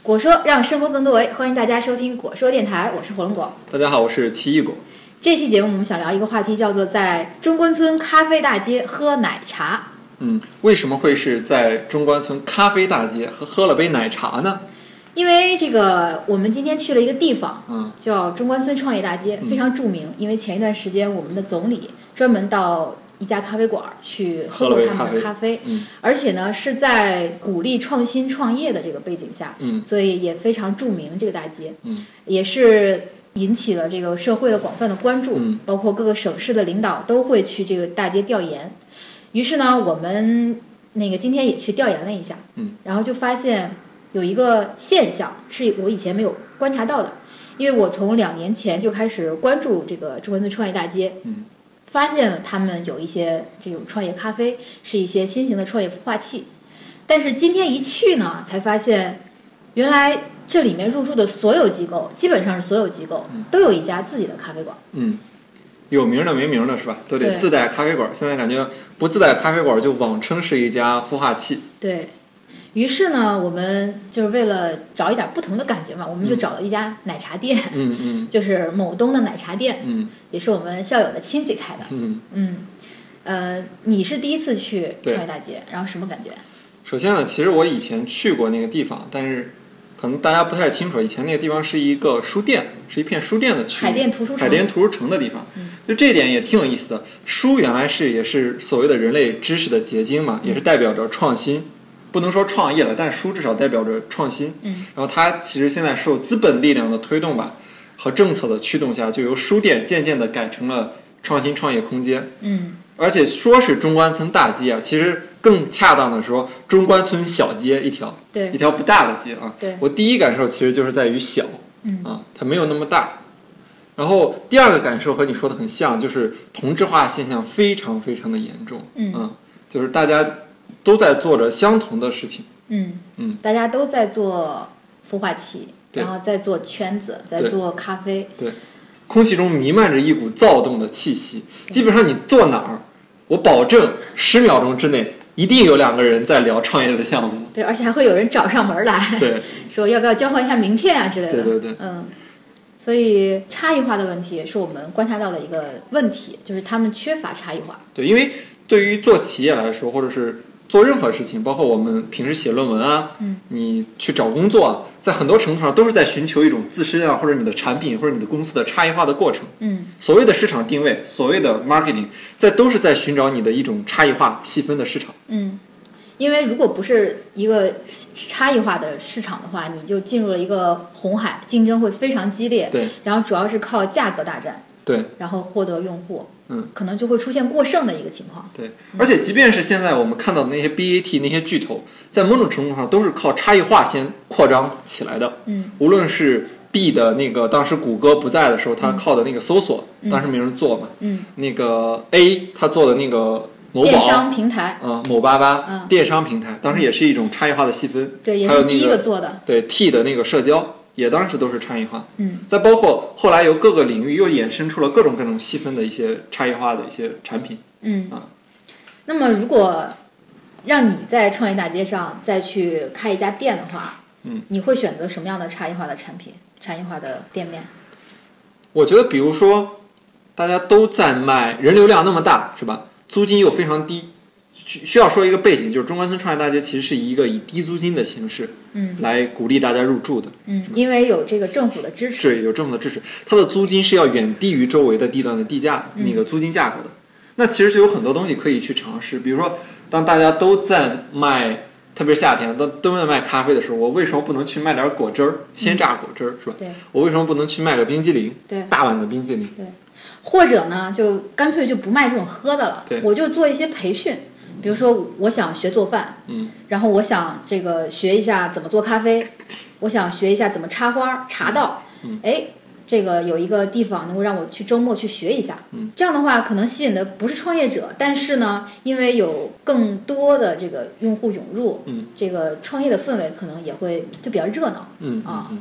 果说让生活更多维，欢迎大家收听果说电台，我是火龙果。 大家好，我是奇异果。 这期节目我们想聊一个话题，叫做在中关村咖啡大街喝奶茶。 为什么会是在中关村咖啡大街喝了杯奶茶呢？ 因为这个我们今天去了一个地方，叫中关村创业大街，非常著名。因为前一段时间我们的总理专门到一家咖啡馆去喝过他们的咖啡，而且呢是在鼓励创新创业的这个背景下，所以也非常著名。这个大街，也是引起了这个社会的广泛的关注，包括各个省市的领导都会去这个大街调研。于是呢，我们今天也去调研了一下，然后就发现有一个现象是我以前没有观察到的，因为我从2年前就开始关注这个中关村创业大街，发现他们有一些这种创业咖啡是一些新型的创业孵化器，但是今天一去呢，才发现原来这里面入驻的所有机构，基本上是所有机构都有一家自己的咖啡馆。 有名的没名的是吧？都得自带咖啡馆。现在感觉不自带咖啡馆就妄称是一家孵化器。 对。于是呢，我们就是为了找一点不同的感觉嘛，我们就找了一家奶茶店，就是某东的奶茶店，也是我们校友的亲戚开的。你是第一次去创业大街，然后什么感觉？ 首先呢，其实我以前去过那个地方，但是可能大家不太清楚，以前那个地方是一个书店，是一片书店的区域，海淀图书城的地方。就这一点也挺有意思的。书原来也是所谓的人类知识的结晶嘛，也是代表着创新。不能说创业了，但书至少代表着创新。然后它其实现在受资本力量的推动吧，和政策的驱动下，就由书店渐渐的改成了创新创业空间。而且说是中关村大街啊，其实更恰当的说，中关村小街一条不大的街啊。我第一感受其实就是在于小，它没有那么大。然后第二个感受和你说的很像，就是同质化现象非常非常的严重。就是大家都在做着相同的事情， 大家都在做孵化器，然后在做圈子，在做咖啡， 对，空气中弥漫着一股躁动的气息。基本上你坐哪儿，我保证10秒钟之内一定有2个人在聊创业的项目， 对，而且还会有人找上门来， 对， 说要不要交换一下名片啊之类的， 对， 所以差异化的问题也是我们观察到的一个问题，就是他们缺乏差异化。 对，因为对于做企业来说，或者是做任何事情，包括我们平时写论文啊，你去找工作啊，在很多程度上都是在寻求一种自身啊，或者你的产品或者你的公司的差异化的过程。所谓的市场定位，所谓的 marketing， 都是在寻找你的一种差异化细分的市场。 因为如果不是一个差异化的市场的话，你就进入了一个红海，竞争会非常激烈。 对， 然后主要是靠价格大战。 对， 然后获得用户。可能就会出现过剩的一个情况。 对，而且即便是现在我们看到的那些 BAT 那些巨头，在某种程度上都是靠差异化先扩张起来的。无论是 B 的那个当时谷歌不在的时候，他靠的那个搜索，当时没人做嘛。那个 A 他做的那个某宝电商平台， 某88电商平台，当时也是一种差异化的细分。 对，也是第一个做的。 对 T 的那个社交。也当时都是差异化，再包括后来由各个领域又衍生出了各种各种细分的一些差异化的一些产品。 那么如果让你在创业大街上再去开一家店的话，你会选择什么样的差异化的产品、差异化的店面？ 我觉得，比如说，大家都在卖，人流量那么大，是吧？租金又非常低。需要说一个背景，就是中关村创业大街其实是一个以低租金的形式，来鼓励大家入驻的。 因为有这个政府的支持， 对，有政府的支持，它的租金是要远低于周围的地段的地价那个租金价格的。那其实就有很多东西可以去尝试，比如说，当大家都在卖，特别是夏天都在卖咖啡的时候，我为什么不能去卖点果汁儿，鲜榨果汁儿，是吧？ 对， 我为什么不能去卖个冰激凌？ 对， 大碗的冰激凌。 对，或者呢，就干脆就不卖这种喝的了， 对， 我就做一些培训。比如说我想学做饭，然后我想这个学一下怎么做咖啡，我想学一下怎么插花茶道，这个有一个地方能够让我去周末去学一下，这样的话可能吸引的不是创业者，但是呢，因为有更多的这个用户涌入，这个创业的氛围可能也会就比较热闹，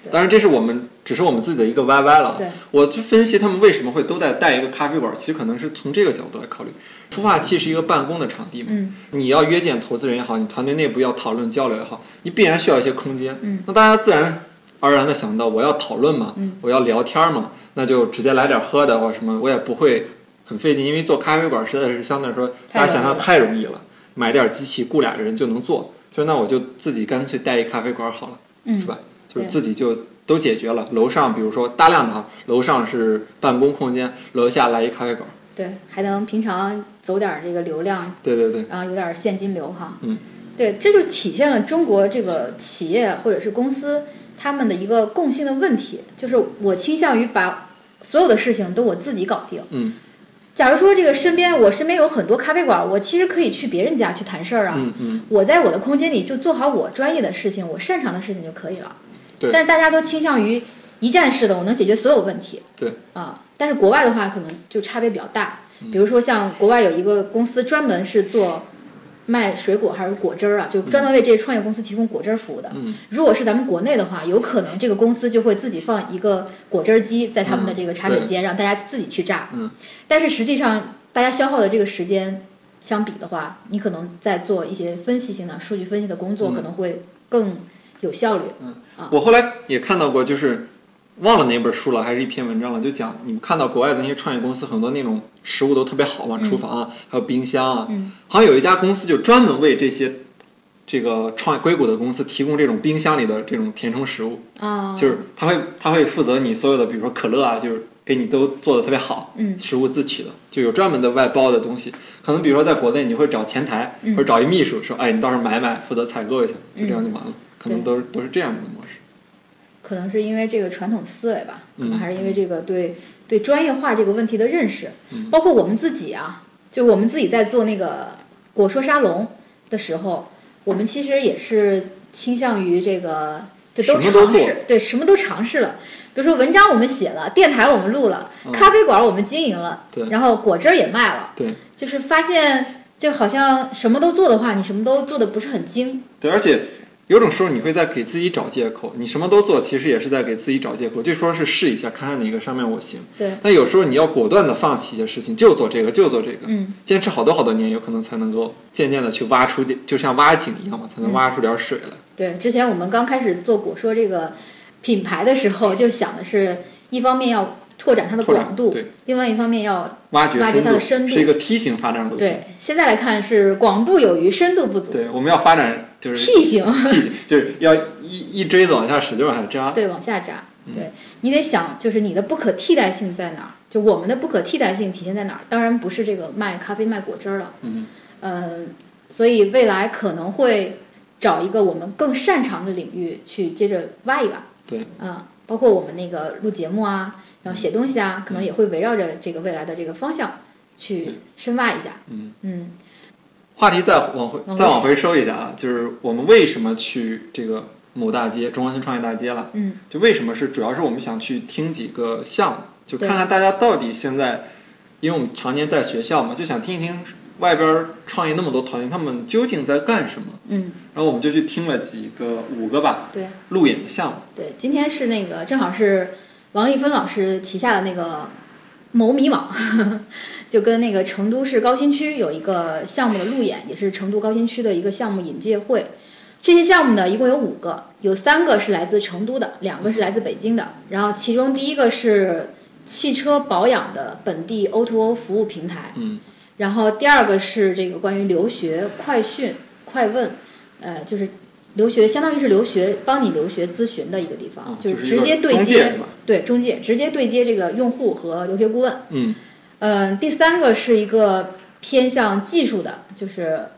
当然这是只是我们自己的一个 YY 了。 对， 我去分析他们为什么会都在带一个咖啡馆，其实可能是从这个角度来考虑。孵化器是一个办公的场地嘛，你要约见投资人也好，你团队内部要讨论交流也好，你必然需要一些空间。那大家自然而然的想到我要讨论嘛，我要聊天嘛，那就直接来点喝的或什么，我也不会很费劲，因为做咖啡馆实在是相对来说大家想象太容易了，买点机器雇俩人就能做，就是那我就自己干脆带一咖啡馆好了，是吧？就是自己就都解决了。楼上比如说大量的楼上是办公空间，楼下来一咖啡馆， 对，还能平常走点这个流量， 对， 然后有点现金流哈，对，这就体现了中国这个企业或者是公司他们的一个共性的问题，就是我倾向于把所有的事情都我自己搞定。假如说这个我身边有很多咖啡馆，我其实可以去别人家去谈事儿啊，我在我的空间里就做好我专业的事情，我擅长的事情就可以了。 对， 但是大家都倾向于一站式的，我能解决所有问题。 对但是国外的话可能就差别比较大，比如说像国外有一个公司专门是做卖水果还是果汁啊，就专门为这些创业公司提供果汁服务的。如果是咱们国内的话，有可能这个公司就会自己放一个果汁机在他们的这个茶水间，让大家自己去榨。但是实际上大家消耗的这个时间相比的话，你可能在做一些分析性的数据分析的工作，可能会更有效率。 我后来也看到过，就是忘了哪本书了，还是一篇文章了，就讲你们看到国外的那些创业公司，很多那种食物都特别好嘛，厨房啊，还有冰箱啊，好像有一家公司就专门为这个硅谷的公司提供这种冰箱里的这种填充食物，就是他会负责你所有的，比如说可乐啊，就是给你都做的特别好，食物自取的，就有专门的外包的东西。可能比如说在国内你会找前台，或者找一秘书说，哎，你到时候买，负责采购一下，就这样就完了。可能都是这样的模式。 可能是因为这个传统思维吧，可能还是因为这个对专业化这个问题的认识，包括我们自己啊，就我们自己在做那个果说沙龙的时候，我们其实也是倾向于这个就都尝试，对，什么都尝试了。比如说文章我们写了，电台我们录了，咖啡馆我们经营了，然后果汁也卖了， 对， 就是发现就好像什么都做的话，你什么都做的不是很精。 对，而且有种时候你会在给自己找借口，你什么都做，其实也是在给自己找借口，就说是试一下，看看哪个上面我行。 对。 但有时候你要果断的放弃一些事情，就做这个，坚持好多年，有可能才能够渐渐的去挖出，就像挖井一样嘛，才能挖出点水来。 对，之前我们刚开始做果说这个品牌的时候，就想的是一方面要拓展它的广度，另外一方面要挖掘它的深度， 是一个梯形发展路线。 对，现在来看是广度有余，深度不足。 对，我们要发展就是 T 型， 就是要一锥子往下使，就往下扎。 对，往下扎。对，你得想，就是你的不可替代性在哪儿？就我们的不可替代性体现在哪儿？当然不是这个卖咖啡卖果汁了。所以未来可能会找一个我们更擅长的领域去接着挖一挖。 对。 包括我们那个录节目啊，然后写东西啊，可能也会围绕着这个未来的这个方向去深挖一下。 话题再往回收一下啊，就是我们为什么去这个某大街中关村创业大街了？就为什么主要是我们想去听几个项目，就看看大家到底现在，因为我们常年在学校嘛，就想听一听外边创业那么多团队，他们究竟在干什么？然后我们就去听了5个吧， 对， 路演的项目。 对，今天是那个正好是王丽芬老师旗下的那个某米网，就跟那个成都市高新区有一个项目的路演，也是成都高新区的一个项目引介会。这些项目呢，一共有5个，有3个是来自成都的，2个是来自北京的。然后其中第一个是汽车保养的本地 O2O 服务平台，然后第2个是这个关于留学快讯快问，就是留学相当于是帮你留学咨询的一个地方，就是直接对接，对，中介直接对接这个用户和留学顾问。第3个是一个偏向技术的，就是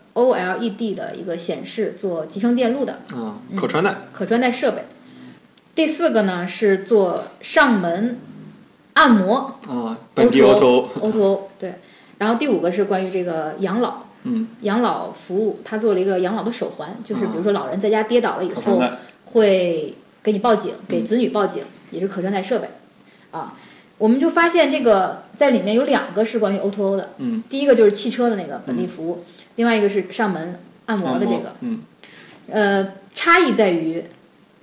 OLED 的一个显示做集成电路的， 可穿戴设备。第4个呢是做上门按摩， 本地 O2O 对。然后第5个是关于这个养老服务，他做了一个养老的手环，就是比如说老人在家跌倒了以后，会给你报警，给子女报警，也是可穿戴设备。我们就发现这个在里面有2个是关于 O2O 的，第一个就是汽车的那个本地服务，另外一个是上门按摩的这个，差异在于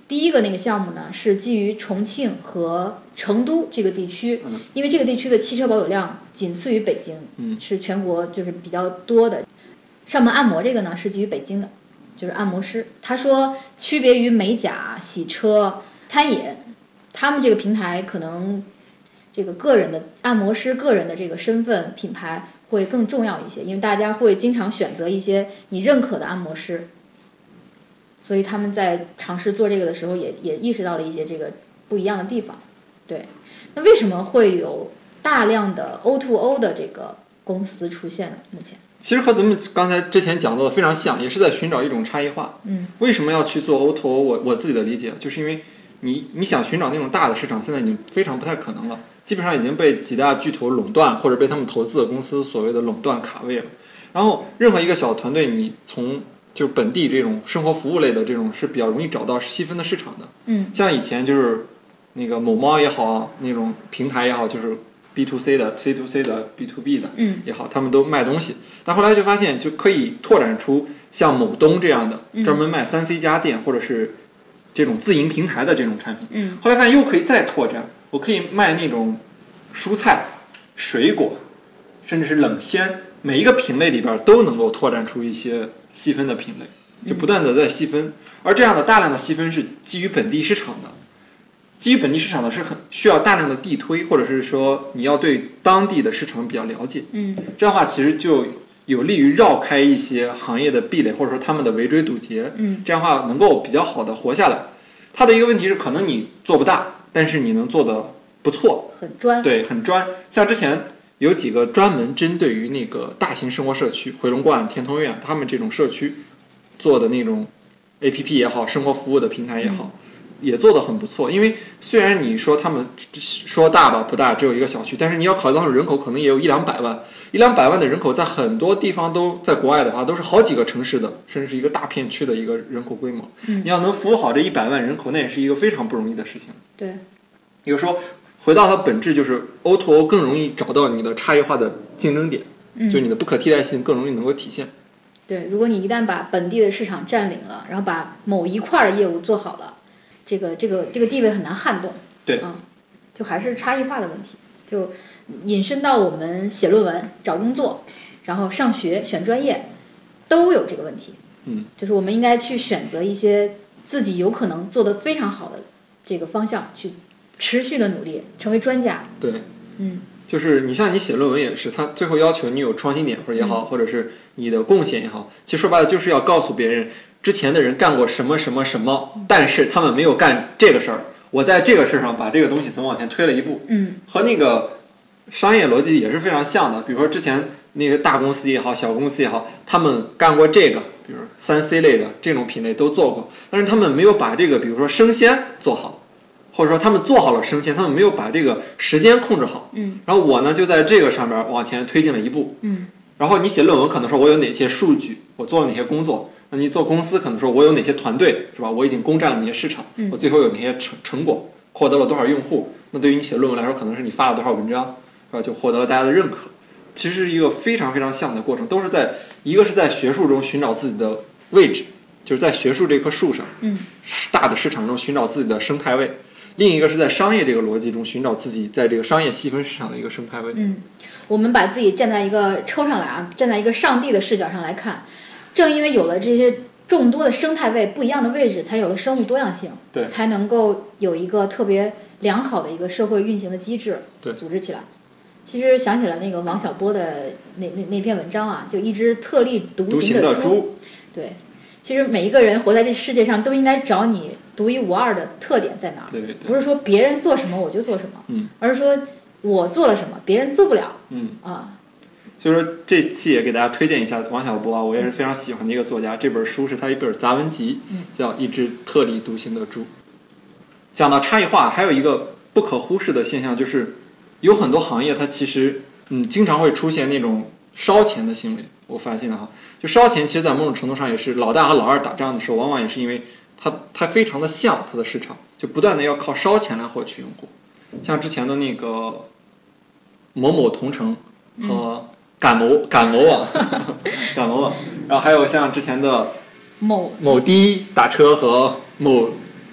第一个那个项目呢是基于重庆和成都这个地区，因为这个地区的汽车保有量仅次于北京，是全国就是比较多的。上门按摩这个呢是基于北京的，就是按摩师。他说区别于美甲、洗车、餐饮，他们这个平台可能这个个人的按摩师个人的这个身份品牌会更重要一些，因为大家会经常选择一些你认可的按摩师，所以他们在尝试做这个的时候也意识到了一些这个不一样的地方。对，那为什么会有大量的 O2O 的这个公司出现呢？目前其实和咱们刚才之前讲到的非常像，也是在寻找一种差异化。为什么要去做 O2O？ 我自己的理解就是因为你想寻找那种大的市场，现在已经非常不太可能了，基本上已经被几大巨头垄断，或者被他们投资的公司所谓的垄断卡位了。然后任何一个小团队，你从就是本地这种生活服务类的这种是比较容易找到细分的市场的。像以前就是那个某猫也好，那种平台也好，就是 B2C 的 C2C 的 B2B 的也好，他们都卖东西。但后来就发现就可以拓展出像某东这样的专门卖 3C 家电或者是这种自营平台的这种产品。后来发现又可以再拓展，我可以卖那种蔬菜、水果，甚至是冷鲜，每一个品类里边都能够拓展出一些细分的品类，就不断的在细分。而这样的大量的细分是基于本地市场的。基于本地市场的是很需要大量的地推，或者是说你要对当地的市场比较了解。这样的话其实就有利于绕开一些行业的壁垒，或者说他们的围追堵截。这样的话能够比较好的活下来。它的一个问题是，可能你做不大，但是你能做的不错， 很专。 对，很专。像之前有几个专门针对于那个大型生活社区，回龙观、天通苑，他们这种社区做的那种 APP 也好，生活服务的平台也好。也做得很不错。因为虽然你说他们说大吧不大，只有一个小区，但是你要考虑到人口可能也有100-200万，100-200万的人口在很多地方都在国外的话都是好几个城市的，甚至是一个大片区的一个人口规模。你要能服务好这100万人口，那也是一个非常不容易的事情。 对， 有时候回到它本质，就是 O2O 更容易找到你的差异化的竞争点，就你的不可替代性更容易能够体现。 对，如果你一旦把本地的市场占领了，然后把某一块的业务做好了，这个地位很难撼动。 对， 就还是差异化的问题，就引申到我们写论文、找工作，然后上学、选专业，都有这个问题。就是我们应该去选择一些自己有可能做得非常好的这个方向，去持续的努力，成为专家。 对，就是你像你写论文也是，他最后要求你有创新点或者也好，或者是你的贡献也好，其实说白了就是要告诉别人之前的人干过什么什么什么，但是他们没有干这个事儿，我在这个事儿上把这个东西怎么往前推了一步。和那个商业逻辑也是非常像的。比如说之前那个大公司也好，小公司也好，他们干过这个，比如 3C 类的这种品类都做过，但是他们没有把这个比如说生鲜做好，或者说他们做好了生鲜，他们没有把这个时间控制好。然后我呢就在这个上面往前推进了一步。然后你写论文可能说我有哪些数据，我做了哪些工作，那你做公司可能说我有哪些团队，是吧？我已经攻占了哪些市场，我最后有哪些成果，获得了多少用户。那对于你写论文来说，可能是你发了多少文章，是吧？就获得了大家的认可。其实是一个非常非常像的过程，都是在一个是在学术中寻找自己的位置，就是在学术这棵树上，大的市场中寻找自己的生态位。另一个是在商业这个逻辑中寻找自己在这个商业细分市场的一个生态位。 我们把自己站在一个抽上来啊，站在一个上帝的视角上来看，正因为有了这些众多的生态位不一样的位置，才有了生物多样性， 对， 才能够有一个特别良好的一个社会运行的机制， 对， 组织起来。其实想起了那个王小波的那篇文章啊，就一只特立独行的猪。对，其实每一个人活在这世界上都应该找你独一无二的特点在哪儿。 对， 不是说别人做什么我就做什么，而是说我做了什么别人做不了。 所以说这期也给大家推荐一下王小波啊，我也是非常喜欢的一个作家。这本书是他一本杂文集，叫《一只特立独行的猪》。讲到差异化，还有一个不可忽视的现象，就是有很多行业它其实经常会出现那种烧钱的行为。我发现哈，就烧钱，其实在某种程度上也是老大和老二打仗的时候，往往也是因为它非常的像它的市场，就不断的要靠烧钱来获取用户。像之前的那个某某同城和赶某网赶某网，然后还有像之前的某滴打车和某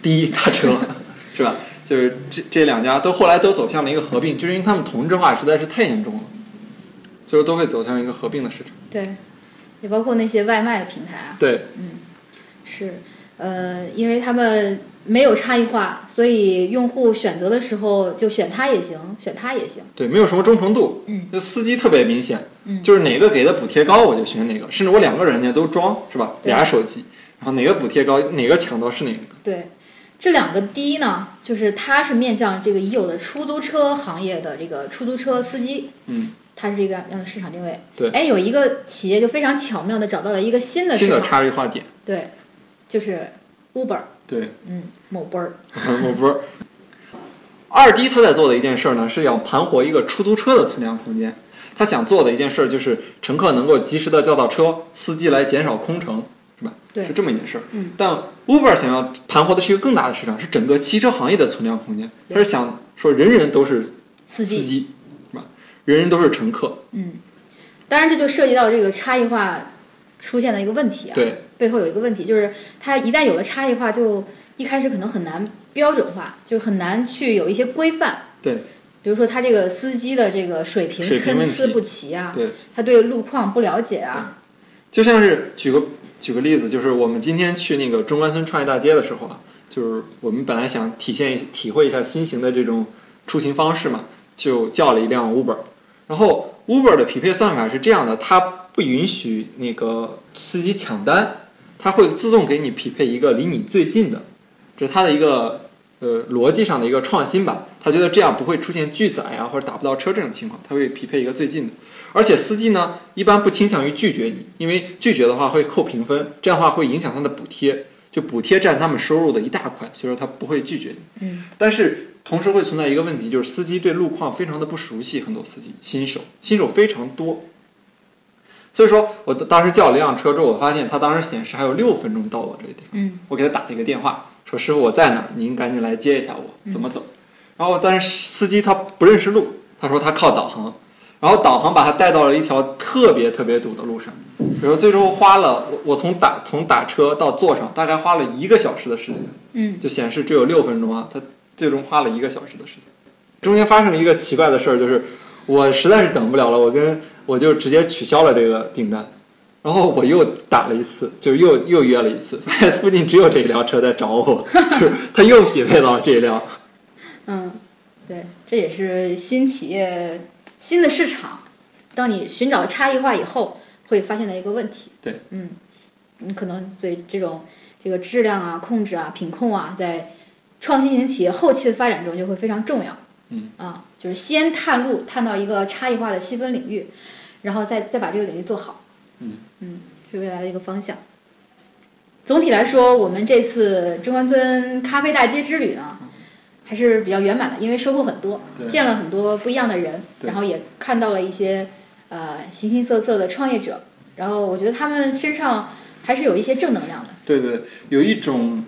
第一大车，是吧？就是这两家后来都走向了一个合并，就是因为他们同质化实在是太严重了，就是都会走向一个合并的市场。 对，也包括那些外卖的平台啊。 对， 是，因为他们没有差异化，所以用户选择的时候就选它也行，选它也行。 对，没有什么忠诚度。就司机特别明显，就是哪个给的补贴高我就选哪个，甚至我2个软件都装，是吧？俩手机，然后哪个补贴高，哪个抢到是哪个。 对，这两个第一呢，就是它是面向这个已有的出租车行业的这个出租车司机，它是一个样的市场定位。 对， 有一个企业就非常巧妙的找到了一个新的差异化点。 对，就是 Uber。 对， 某波儿。 某波儿。2D 他在做的一件事呢，是要盘活一个出租车的存量空间。他想做的一件事就是乘客能够及时的叫到车，司机来减少空乘，是吧？ 对， 是这么一件事。但 Uber 想要盘活的是一个更大的市场，是整个汽车行业的存量空间。他是想说人人都是司机，是吧？人人都是乘客。 当然这就涉及到这个差异化出现的一个问题啊。 对， 背后有一个问题，就是它一旦有了差异化，就一开始可能很难标准化，就很难去有一些规范。 对， 比如说他这个司机的这个水平参差不齐啊， 对， 他对路况不了解啊。 就像是举个例子，就是我们今天去那个中关村创业大街的时候啊，就是我们本来想体会一下新型的这种出行方式嘛，就叫了一辆 Uber， 然后 Uber 的匹配算法是这样的，它不允许那个司机抢单，它会自动给你匹配一个离你最近的，这是它的一个逻辑上的一个创新吧。他觉得这样不会出现拒载啊或者打不到车这种情况，他会匹配一个最近的。而且司机呢一般不倾向于拒绝你，因为拒绝的话会扣评分，这样的话会影响他的补贴，就补贴占他们收入的一大块，所以说他不会拒绝你。但是同时会存在一个问题，就是司机对路况非常的不熟悉，很多司机新手非常多。所以说我当时叫了一辆车之后，我发现他当时显示还有6分钟到我这个地方。我给他打了一个电话，说师傅我在哪儿，您赶紧来接一下我，怎么走。然后但是司机他不认识路，他说他靠导航，然后导航把他带到了一条特别堵的路上，然后最终花了我从打车到坐上大概花了1个小时的时间。就显示只有6分钟啊，他最终花了1个小时的时间。中间发生了一个奇怪的事儿，就是我实在是等不了了，我就直接取消了这个订单，然后我又打了一次，就又约了一次，发现附近只有这一辆车在找我，就是他又匹配到了这一辆。 对，这也是新企业新的市场，当你寻找差异化以后会发现的一个问题。 对， 你可能对这个质量啊、控制啊、品控啊，在创新型企业后期的发展中就会非常重要。就是先探路，探到一个差异化的细分领域，然后再把这个领域做好。是未来的一个方向。总体来说，我们这次中关村咖啡大街之旅呢，还是比较圆满的，因为收获很多，见了很多不一样的人，然后也看到了一些形形色色的创业者，然后我觉得他们身上还是有一些正能量的。 对，有一种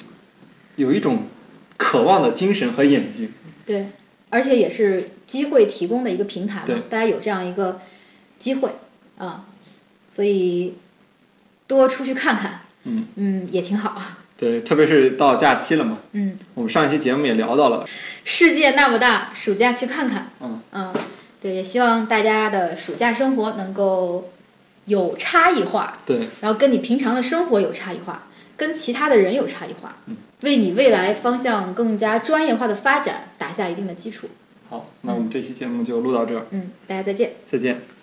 渴望的精神和眼睛。 对，而且也是机会提供的一个平台嘛，大家有这样一个机会所以多出去看看，也挺好。 对，特别是到假期了嘛。我们上一期节目也聊到了， 世界那么大，暑假去看看。对，也希望大家的暑假生活能够有差异化。 对， 然后跟你平常的生活有差异化，跟其他的人有差异化，为你未来方向更加专业化的发展打下一定的基础。 好，那我们这期节目就录到这儿。 大家再见。 再见。